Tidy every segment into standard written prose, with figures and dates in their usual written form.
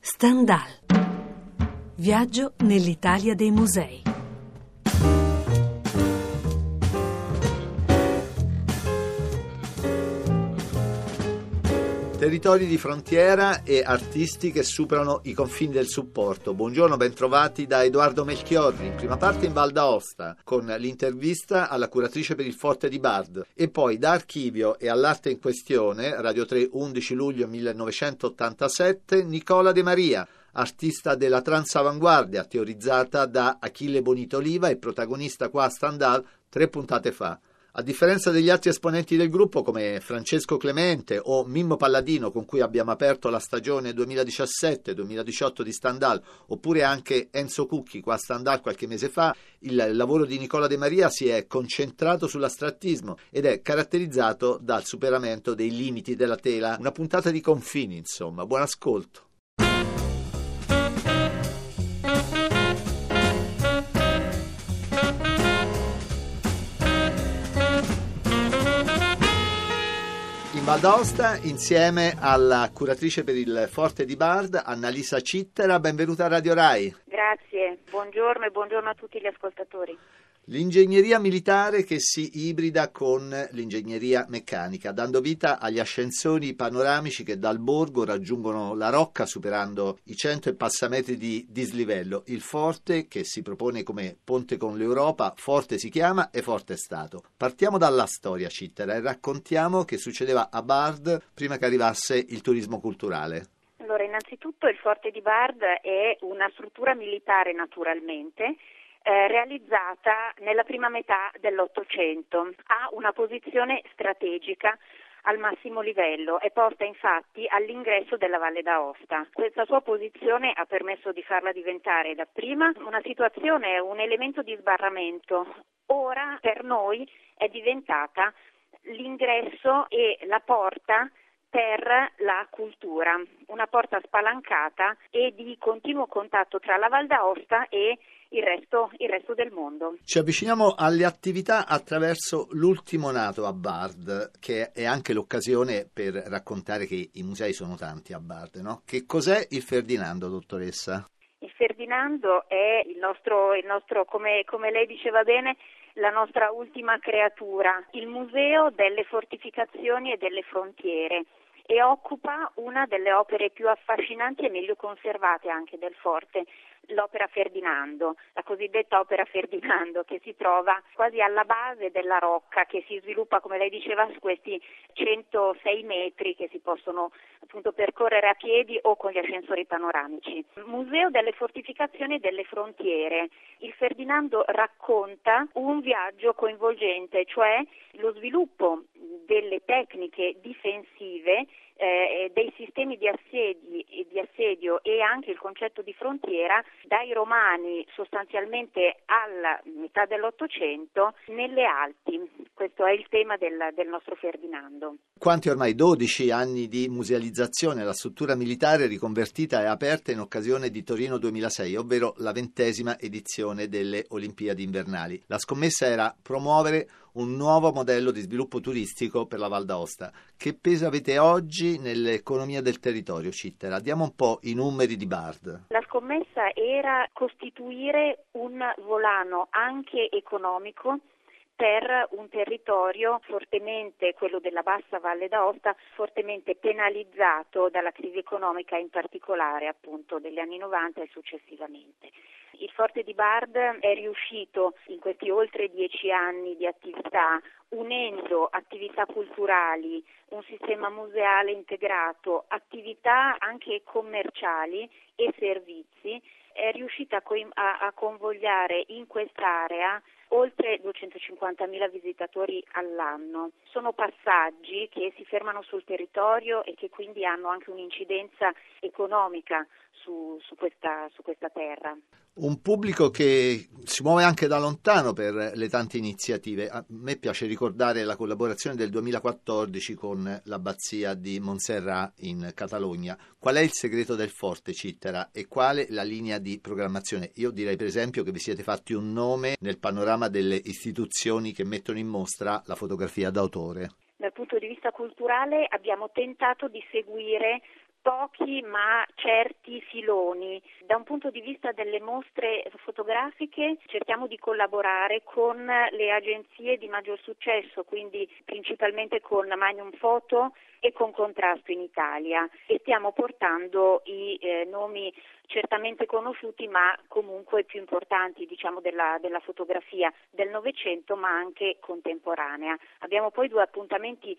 Stendhal. Viaggio nell'Italia dei musei. Territori di frontiera e artisti che superano i confini del supporto. Buongiorno, bentrovati da Edoardo Melchiorri. In prima parte in Val d'Aosta, con l'intervista alla curatrice per il Forte di Bard. E poi da Archivio e all'Arte in Questione, Radio 3, 11 luglio 1987, Nicola De Maria, artista della transavanguardia, teorizzata da Achille Bonito-Oliva e protagonista qua a Stendhal 3 puntate fa. A differenza degli altri esponenti del gruppo come Francesco Clemente o Mimmo Palladino, con cui abbiamo aperto la stagione 2017-2018 di Stendhal, oppure anche Enzo Cucchi qua a Stendhal qualche mese fa, il lavoro di Nicola De Maria si è concentrato sull'astrattismo ed è caratterizzato dal superamento dei limiti della tela. Una puntata di confini, insomma. Buon ascolto. Val d'Aosta insieme alla curatrice per il Forte di Bard, Annalisa Cittera. Benvenuta a Radio Rai. Grazie, buongiorno e buongiorno a tutti gli ascoltatori. L'ingegneria militare che si ibrida con l'ingegneria meccanica, dando vita agli ascensori panoramici che dal borgo raggiungono la rocca superando i 100 e passametri di dislivello. Il Forte, che si propone come ponte con l'Europa, Forte si chiama e Forte è stato. Partiamo dalla storia, Cittera, e raccontiamo che succedeva a Bard prima che arrivasse il turismo culturale. Allora, innanzitutto il Forte di Bard è una struttura militare naturalmente, realizzata nella prima metà dell'Ottocento. Ha una posizione strategica al massimo livello, è posta infatti all'ingresso della Valle d'Aosta. Questa sua posizione ha permesso di farla diventare dapprima una situazione, un elemento di sbarramento. Ora per noi è diventata l'ingresso e la porta per la cultura, una porta spalancata e di continuo contatto tra la Val d'Aosta e il resto del mondo. Ci avviciniamo alle attività attraverso l'ultimo nato a Bard, che è anche l'occasione per raccontare che i musei sono tanti a Bard, no? Che cos'è il Ferdinando, dottoressa? Il Ferdinando è il nostro come lei diceva bene, la nostra ultima creatura, il Museo delle Fortificazioni e delle Frontiere, e occupa una delle opere più affascinanti e meglio conservate anche del Forte, l'opera Ferdinando, la cosiddetta opera Ferdinando, che si trova quasi alla base della rocca, che si sviluppa, come lei diceva, su questi 106 metri che si possono appunto percorrere a piedi o con gli ascensori panoramici. Museo delle Fortificazioni e delle Frontiere. Il Ferdinando racconta un viaggio coinvolgente, cioè lo sviluppo delle tecniche difensive, dei sistemi di assedio e anche il concetto di frontiera dai Romani sostanzialmente alla metà dell'Ottocento nelle Alpi. Questo è il tema del nostro Ferdinando. Quanti ormai 12 anni di musealizzazione, la struttura militare riconvertita e aperta in occasione di Torino 2006, ovvero la 20ª edizione delle Olimpiadi invernali. La scommessa era promuovere un nuovo modello di sviluppo turistico per la Val d'Aosta. Che peso avete oggi nell'economia del territorio, Cittera? Diamo un po' i numeri di Bard. La scommessa era costituire un volano anche economico per un territorio fortemente, quello della bassa Valle d'Aosta, fortemente penalizzato dalla crisi economica, in particolare appunto degli anni 90 e successivamente. Il Forte di Bard è riuscito in questi oltre 10 anni di attività, unendo attività culturali, un sistema museale integrato, attività anche commerciali e servizi, è riuscita a convogliare in quest'area oltre 250.000 visitatori all'anno. Sono passaggi che si fermano sul territorio e che quindi hanno anche un'incidenza economica su questa terra. Un pubblico che si muove anche da lontano per le tante iniziative. A me piace ricordare la collaborazione del 2014 con l'abbazia di Montserrat in Catalogna. Qual è il segreto del Forte, Cittera, e quale la linea di programmazione? Io direi per esempio che vi siete fatti un nome nel panorama delle istituzioni che mettono in mostra la fotografia d'autore. Dal punto di vista culturale abbiamo tentato di seguire pochi ma certi filoni. Da un punto di vista delle mostre fotografiche cerchiamo di collaborare con le agenzie di maggior successo, quindi principalmente con Magnum Photo e con Contrasto in Italia, e stiamo portando i nomi certamente conosciuti ma comunque più importanti, diciamo, della fotografia del Novecento ma anche contemporanea. Abbiamo poi 2 appuntamenti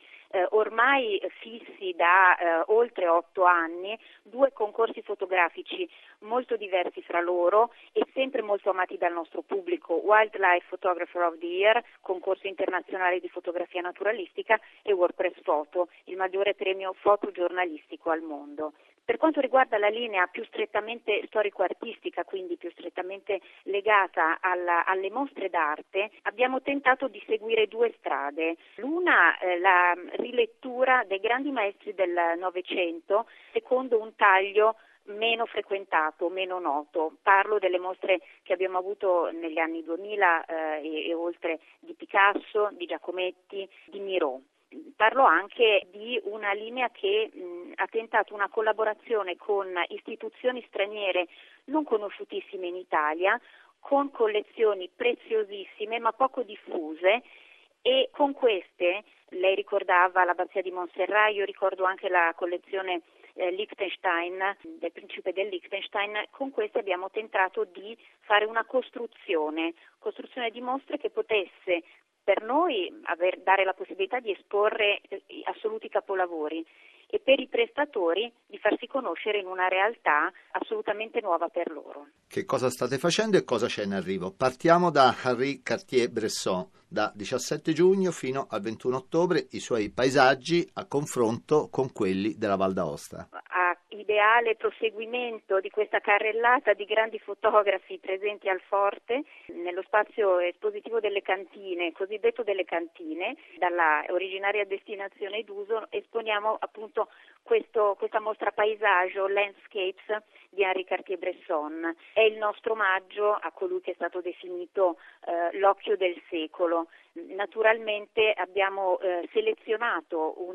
ormai fissi da oltre 8 anni, 2 concorsi fotografici molto diversi fra loro e sempre molto amati dal nostro pubblico: Wildlife Photographer of the Year, concorso internazionale di fotografia naturalistica, e WordPress Photo, il maggiore premio fotogiornalistico al mondo. Per quanto riguarda la linea più strettamente storico-artistica, quindi più strettamente legata alle mostre d'arte, abbiamo tentato di seguire 2 strade. L'una, la rilettura dei grandi maestri del Novecento secondo un taglio meno frequentato, meno noto. Parlo delle mostre che abbiamo avuto negli anni 2000 e oltre, di Picasso, di Giacometti, di Miró. Parlo anche di una linea che ha tentato una collaborazione con istituzioni straniere non conosciutissime in Italia, con collezioni preziosissime ma poco diffuse, e con queste, lei ricordava l'Abbazia di Montserrat, io ricordo anche la collezione Liechtenstein, del principe del Liechtenstein. Con queste abbiamo tentato di fare una costruzione di mostre che potesse per noi dare la possibilità di esporre assoluti capolavori e per i prestatori di farsi conoscere in una realtà assolutamente nuova per loro. Che cosa state facendo e cosa c'è in arrivo? Partiamo da Henri Cartier-Bresson. Da 17 giugno fino al 21 ottobre i suoi paesaggi a confronto con quelli della Val d'Aosta. Ideale proseguimento di questa carrellata di grandi fotografi presenti al Forte, nello spazio espositivo delle cantine, cosiddetto delle cantine, dalla originaria destinazione d'uso, esponiamo appunto questa mostra paesaggio, Landscapes, di Henri Cartier-Bresson. È il nostro omaggio a colui che è stato definito l'occhio del secolo. Naturalmente abbiamo selezionato un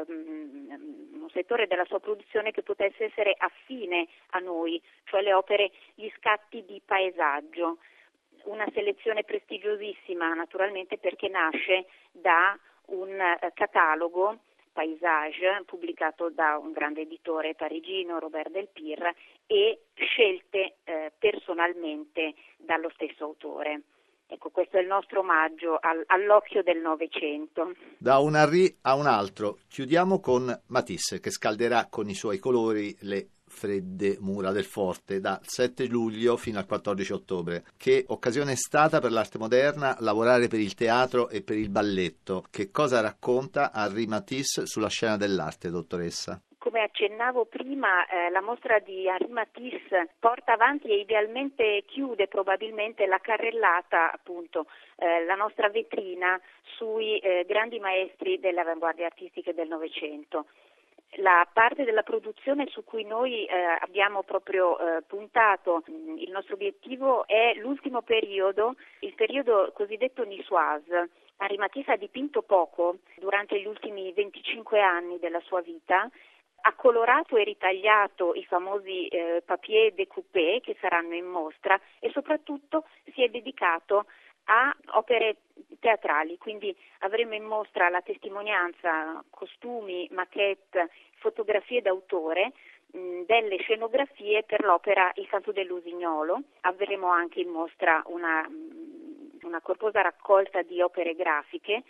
settore della sua produzione che potesse essere affine a noi, cioè le opere, gli scatti di paesaggio. Una selezione prestigiosissima naturalmente perché nasce da un catalogo Paysage pubblicato da un grande editore parigino, Robert Delpire, e scelte personalmente dallo stesso autore. Ecco, questo è il nostro omaggio all'occhio del Novecento. Da un Henri a un altro, chiudiamo con Matisse, che scalderà con i suoi colori le fredde mura del Forte dal 7 luglio fino al 14 ottobre. Che occasione è stata per l'arte moderna lavorare per il teatro e per il balletto? Che cosa racconta Henri Matisse sulla scena dell'arte, dottoressa? Come accennavo prima, la mostra di Henri Matisse porta avanti e idealmente chiude probabilmente la carrellata, appunto, la nostra vetrina sui grandi maestri delle avanguardie artistiche del Novecento. La parte della produzione su cui noi abbiamo proprio puntato il nostro obiettivo è l'ultimo periodo, il periodo cosiddetto niçoise. Henri Matisse ha dipinto poco durante gli ultimi 25 anni della sua vita. Ha colorato e ritagliato i famosi papier découpé che saranno in mostra e soprattutto si è dedicato a opere teatrali, quindi avremo in mostra la testimonianza, costumi, maquette, fotografie d'autore, delle scenografie per l'opera Il canto dell'usignolo. Avremo anche in mostra una corposa raccolta di opere grafiche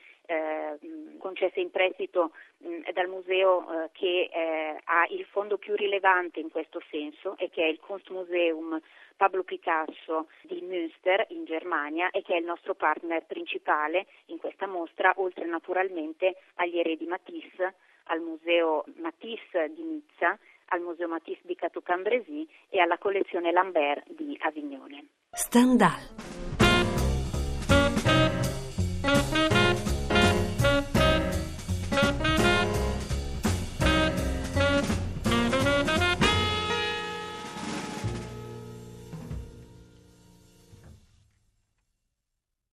concesse in prestito dal museo che ha il fondo più rilevante in questo senso e che è il Kunstmuseum Pablo Picasso di Münster in Germania e che è il nostro partner principale in questa mostra, oltre naturalmente agli eredi Matisse, al museo Matisse di Nizza, al museo Matisse di Cateau-Cambrésis e alla collezione Lambert di Avignone. Stendhal.